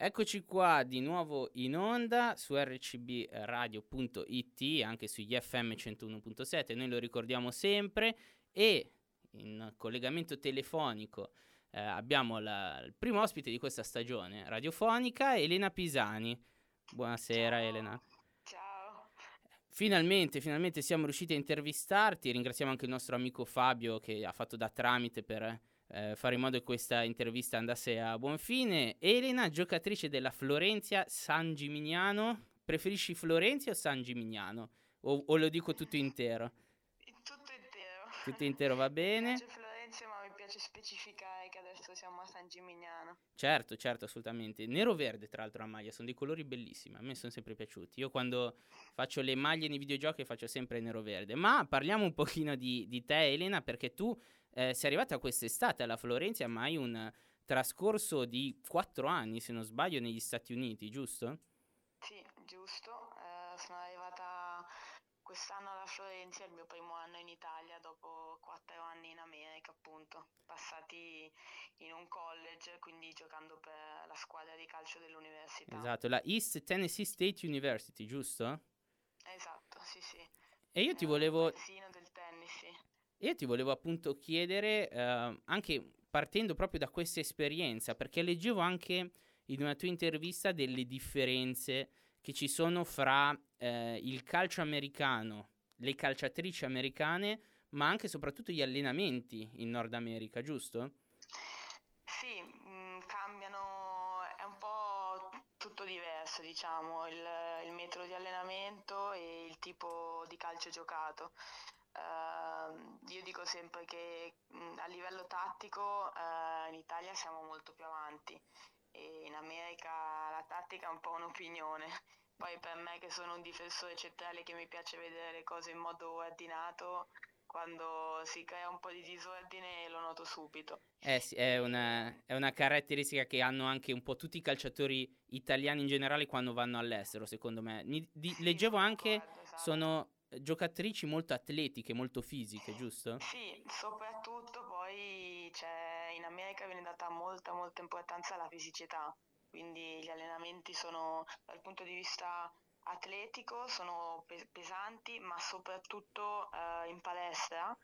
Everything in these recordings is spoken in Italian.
Eccoci qua di nuovo in onda su rcbradio.it, anche sugli FM 101.7, noi lo ricordiamo sempre, e in collegamento telefonico abbiamo il primo ospite di questa stagione radiofonica, Elena Pisani. Buonasera. Ciao. Elena. Ciao. Finalmente siamo riusciti a intervistarti. Ringraziamo anche il nostro amico Fabio che ha fatto da tramite per fare in modo che questa intervista andasse a buon fine. Elena, giocatrice della Florentia San Gimignano. Preferisci Florentia o San Gimignano? O lo dico tutto intero? Tutto intero. Tutto intero va Mi bene? piace Florenzi, ma mi piace specificare che adesso siamo a San Gimignano. Certo, assolutamente. Nero-verde, tra l'altro, la maglia, sono dei colori bellissimi. A me sono sempre piaciuti. Io quando faccio le maglie nei videogiochi faccio sempre nero-verde. Ma parliamo un pochino di te, Elena, perché tu sei arrivata quest'estate alla Florenza, ma hai un trascorso di 4 anni, se non sbaglio, negli Stati Uniti, giusto? Sì, giusto. Sono arrivata quest'anno alla Florenzi, è il mio primo anno in Italia dopo 4 anni in America, appunto, passati in un college, quindi giocando per la squadra di calcio dell'università. Esatto, la East Tennessee State University, giusto? Esatto, sì, sì. E io ti Un volevo paesino del tennis, sì. Io ti volevo appunto chiedere, anche partendo proprio da questa esperienza, perché leggevo anche in una tua intervista delle differenze che ci sono fra il calcio americano, le calciatrici americane, ma anche e soprattutto gli allenamenti in Nord America, giusto? Sì, cambiano, è un po' tutto diverso, diciamo, il metodo di allenamento e il tipo di calcio giocato. Io dico sempre che a livello tattico in Italia siamo molto più avanti e in America la tattica è un po' un'opinione. Poi per me che sono un difensore centrale che mi piace vedere le cose in modo ordinato, quando si crea un po' di disordine lo noto subito. Eh sì, E è una caratteristica che hanno anche un po' tutti i calciatori italiani in generale quando vanno all'estero, secondo me. sì, Leggevo sono anche, d'accordo, esatto. sono giocatrici molto atletiche, molto fisiche, giusto? Sì, soprattutto poi in America viene data molta importanza alla fisicità, quindi gli allenamenti sono dal punto di vista atletico sono pesanti, ma soprattutto in palestra.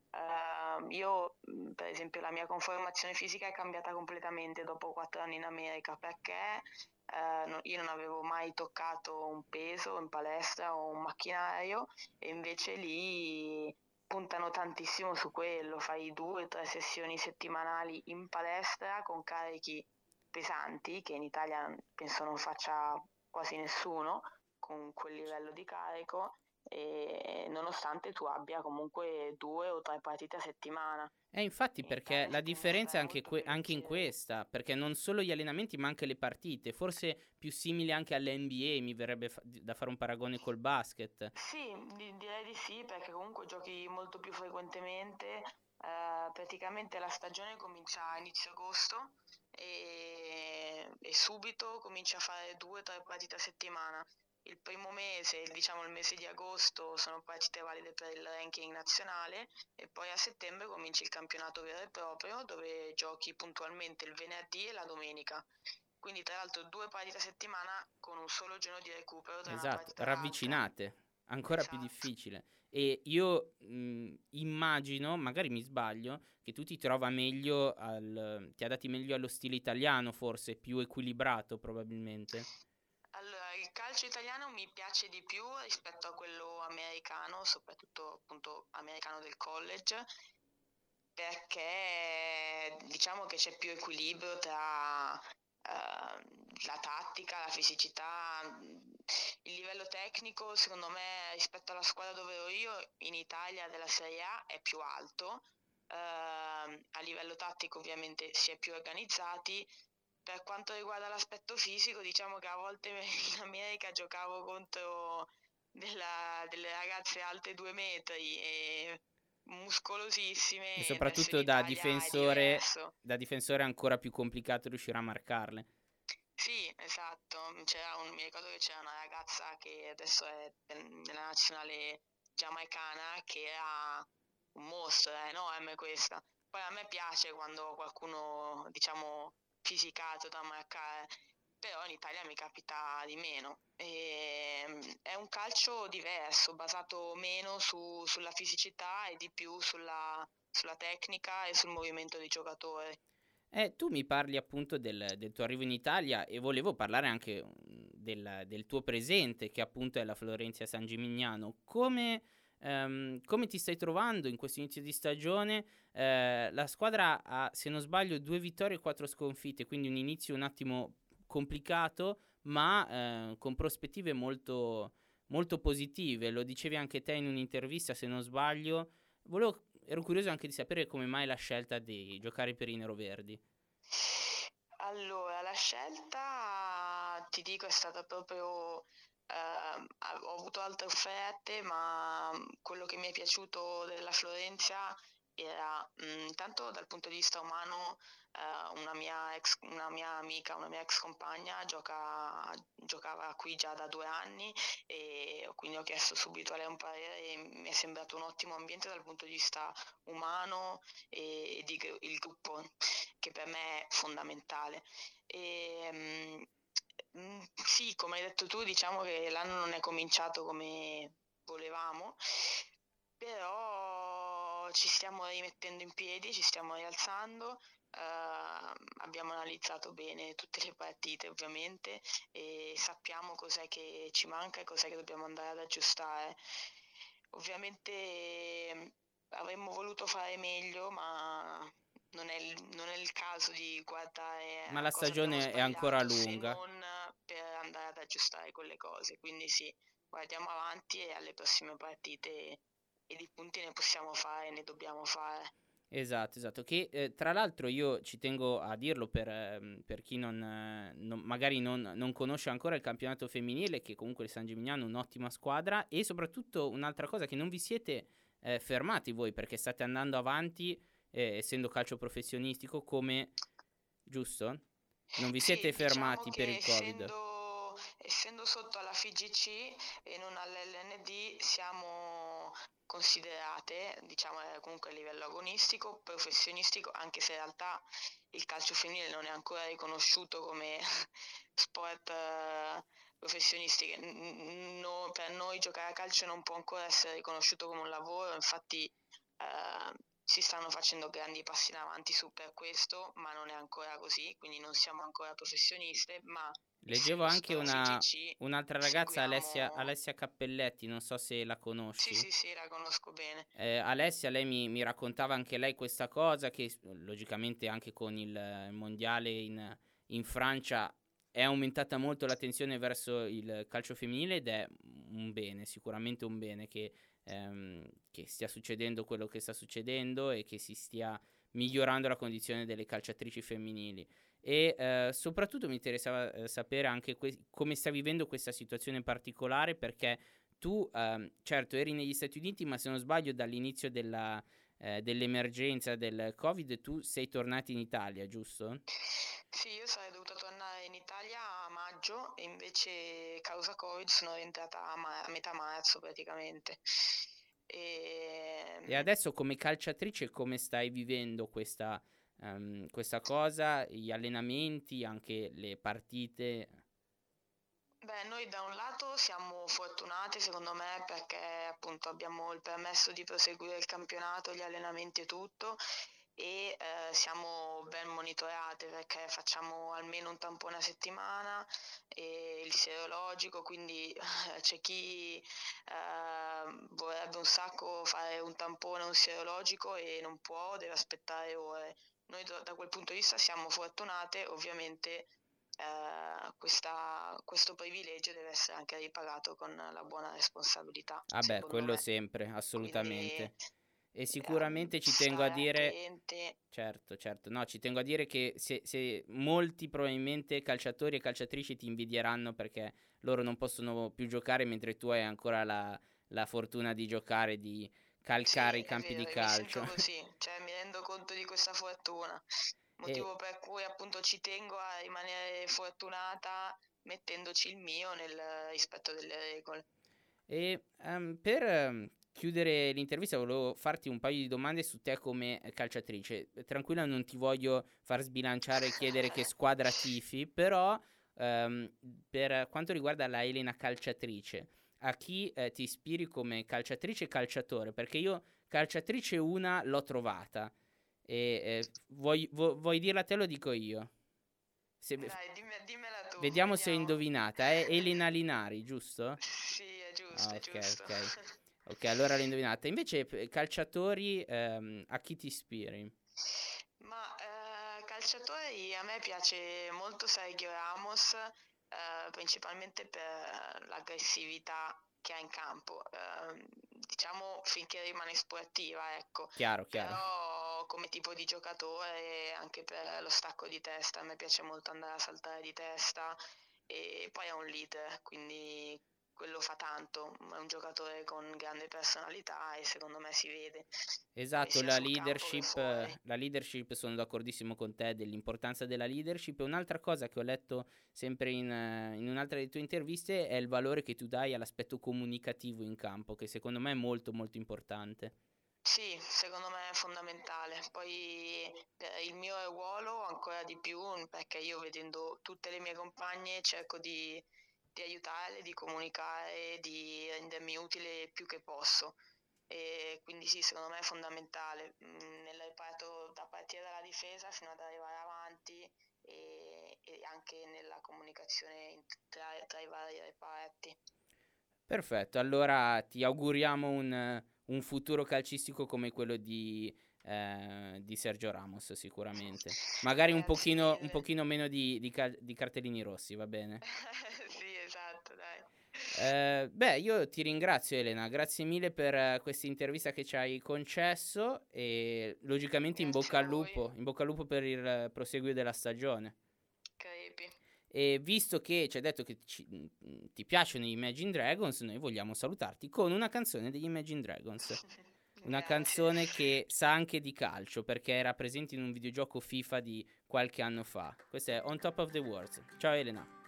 Io, per esempio, la mia conformazione fisica è cambiata completamente dopo 4 anni in America perché io non avevo mai toccato un peso in palestra o un macchinario e invece lì puntano tantissimo su quello, fai 2 o 3 sessioni settimanali in palestra con carichi pesanti, che in Italia penso non faccia quasi nessuno con quel livello di carico, e nonostante tu abbia comunque 2 o 3 partite a settimana. Infatti In perché Italia la si tende a differenza è stare anche, molto più anche in leggeri. questa, perché non solo gli allenamenti ma anche le partite, forse più simile anche all'NBA, mi verrebbe da fare un paragone col basket. Sì, direi di sì, perché comunque giochi molto più frequentemente. Praticamente la stagione comincia a inizio agosto e subito comincia a fare 2 o 3 partite a settimana. Il primo mese, diciamo il mese di agosto, sono partite valide per il ranking nazionale e poi a settembre comincia il campionato vero e proprio dove giochi puntualmente il venerdì e la domenica. Quindi tra l'altro 2 partite a settimana con un solo giorno di recupero tra una Esatto, partita e l'altra. ravvicinate, ancora più Esatto. difficile. E io immagino, magari mi sbaglio, che tu ti trova meglio ti adatti meglio allo stile italiano, forse più equilibrato probabilmente. Allora, il calcio italiano mi piace di più rispetto a quello americano, soprattutto appunto americano del college, perché diciamo che c'è più equilibrio tra la tattica, la fisicità, il livello tecnico, secondo me, rispetto alla squadra dove ero io, in Italia della Serie A è più alto. A livello tattico ovviamente si è più organizzati. Per quanto riguarda l'aspetto fisico, diciamo che a volte in America giocavo contro delle ragazze alte 2 metri e E muscolosissime, e adesso in soprattutto Italia è diverso. da difensore è ancora più complicato riuscire a marcarle. Sì, esatto. Mi ricordo che c'era una ragazza che adesso è nella nazionale giamaicana che era un mostro, è enorme questa. Poi a me piace quando qualcuno, diciamo, fisicato da marcare. però in Italia mi capita di meno. È un calcio diverso, basato meno sulla fisicità e di più sulla tecnica e sul movimento dei giocatori. Tu mi parli appunto del tuo arrivo in Italia e volevo parlare anche del tuo presente, che appunto è la Florentia San Gimignano. Come ti stai trovando in questo inizio di stagione? La squadra ha, se non sbaglio, 2 vittorie e 4 sconfitte, quindi un inizio un attimo complicato, ma con prospettive molto, molto positive. Lo dicevi anche te in un'intervista, se non sbaglio. Ero curioso anche di sapere come mai la scelta di giocare per i neroverdi. Allora, la scelta, ti dico, è stata proprio, ho avuto altre offerte, ma quello che mi è piaciuto della Florenza era, intanto dal punto di vista umano, una mia amica, una mia ex compagna giocava qui già da 2 anni e quindi ho chiesto subito a lei un parere e mi è sembrato un ottimo ambiente dal punto di vista umano e il gruppo che per me è fondamentale. E, sì, come hai detto tu, diciamo che l'anno non è cominciato come volevamo, però ci stiamo rimettendo in piedi, ci stiamo rialzando. Abbiamo analizzato bene tutte le partite ovviamente e sappiamo cos'è che ci manca e cos'è che dobbiamo andare ad aggiustare. Ovviamente avremmo voluto fare meglio, ma non è il caso di guardare Ma a la cosa abbiamo stagione è ancora sbagliato se lunga. non per andare ad aggiustare quelle cose. Quindi sì, guardiamo avanti e alle prossime partite e di punti ne possiamo fare, ne dobbiamo fare. Esatto, esatto. Che tra l'altro io ci tengo a dirlo per chi magari non conosce ancora il campionato femminile, che comunque il San Gimignano è un'ottima squadra e soprattutto un'altra cosa che non vi siete fermati voi perché state andando avanti, essendo calcio professionistico, come giusto? Non vi Sì, siete diciamo fermati per che il Covid. essendo sotto alla FIGC e non all'LND siamo considerate, diciamo comunque a livello agonistico, professionistico, anche se in realtà il calcio femminile non è ancora riconosciuto come sport professionistico. Per noi giocare a calcio non può ancora essere riconosciuto come un lavoro, infatti si stanno facendo grandi passi in avanti per questo, ma non è ancora così, quindi non siamo ancora professioniste, ma Leggevo essendo sotto anche la FIGC un'altra ragazza, seguiamo... Alessia Cappelletti, non so se la Sì, conosci. sì, sì, la conosco bene. Alessia, lei mi raccontava anche lei questa cosa, che logicamente anche con il mondiale in Francia è aumentata molto l'attenzione verso il calcio femminile ed è un bene, sicuramente un bene che stia succedendo quello che sta succedendo e che si stia migliorando la condizione delle calciatrici femminili. E soprattutto mi interessava sapere anche come sta vivendo questa situazione particolare perché tu, certo, eri negli Stati Uniti, ma se non sbaglio dall'inizio dell'emergenza del Covid tu sei tornato in Italia, giusto? Sì, io sarei dovuta tornare in Italia a maggio e invece causa Covid sono rientrata a metà marzo praticamente. E E, adesso come calciatrice come stai vivendo questa cosa, gli allenamenti, anche le partite? beh, noi da un lato siamo fortunati secondo me perché appunto abbiamo il permesso di proseguire il campionato, gli allenamenti e tutto e siamo ben monitorate perché facciamo almeno un tampone a settimana e il serologico, quindi c'è chi vorrebbe un sacco fare un tampone, un serologico e non può, deve aspettare ore. Noi da quel punto di vista siamo fortunate, ovviamente questo privilegio deve essere anche ripagato con la buona responsabilità, Ah beh, secondo quello me. sempre, Quindi assolutamente. E sicuramente ci tengo a stare dire, attenti. certo, certo, no, ci tengo a dire che se molti probabilmente calciatori e calciatrici ti invidieranno perché loro non possono più giocare mentre tu hai ancora la fortuna di giocare, di calcare Sì, i è campi di vero, mi calcio. sento così, cioè mi rendo conto di questa fortuna, E, motivo per cui appunto ci tengo a rimanere fortunata mettendoci il mio nel rispetto delle regole. per chiudere l'intervista volevo farti un paio di domande su te come calciatrice. Tranquilla, non ti voglio far sbilanciare e chiedere che squadra tifi, però per quanto riguarda la Elena calciatrice, a chi ti ispiri come calciatrice e calciatore? Perché io calciatrice una l'ho trovata. E vuoi dirla te, lo dico io. Se- Dai, dimmela tu, Vediamo se ho vediamo. indovinata. È Elena Linari, giusto? Sì, è giusto, Ah, è ok, giusto. ok. Ok, allora l'ho indovinata. Invece, calciatori, a chi ti ispiri? Ma calciatori a me piace molto Sergio Ramos, principalmente per l'aggressività che ha in campo, diciamo finché rimane sportiva, ecco, Chiaro, chiaro. però come tipo di giocatore anche per lo stacco di testa, a me piace molto andare a saltare di testa e poi è un leader, quindi quello fa tanto, è un giocatore con grande personalità e secondo me si vede Esatto, sia sul campo che fuori. la leadership sono d'accordissimo con te dell'importanza della leadership. E un'altra cosa che ho letto sempre in un'altra delle tue interviste è il valore che tu dai all'aspetto comunicativo in campo, che secondo me è molto molto importante. Sì, secondo me è fondamentale. Poi il mio ruolo ancora di più, perché io vedendo tutte le mie compagne cerco di aiutarle, di comunicare, di rendermi utile più che posso. E quindi sì, secondo me è fondamentale nel reparto da partire dalla difesa fino ad arrivare avanti e anche nella comunicazione tra i vari reparti. Perfetto, allora ti auguriamo un futuro calcistico come quello di Sergio Ramos, sicuramente. Magari Grazie un mille. pochino meno di cartellini rossi, va bene? Sì, esatto, dai. Beh, io ti ringrazio Elena, grazie mille per questa intervista che ci hai concesso e logicamente Grazie a voi, in bocca al lupo per il proseguio della stagione. Crepi. E visto che ci hai detto che ti piacciono gli Imagine Dragons, noi vogliamo salutarti con una canzone degli Imagine Dragons. Una Grazie. canzone che sa anche di calcio perché era presente in un videogioco FIFA di qualche anno fa. Questa è On Top of the World. Ciao Elena.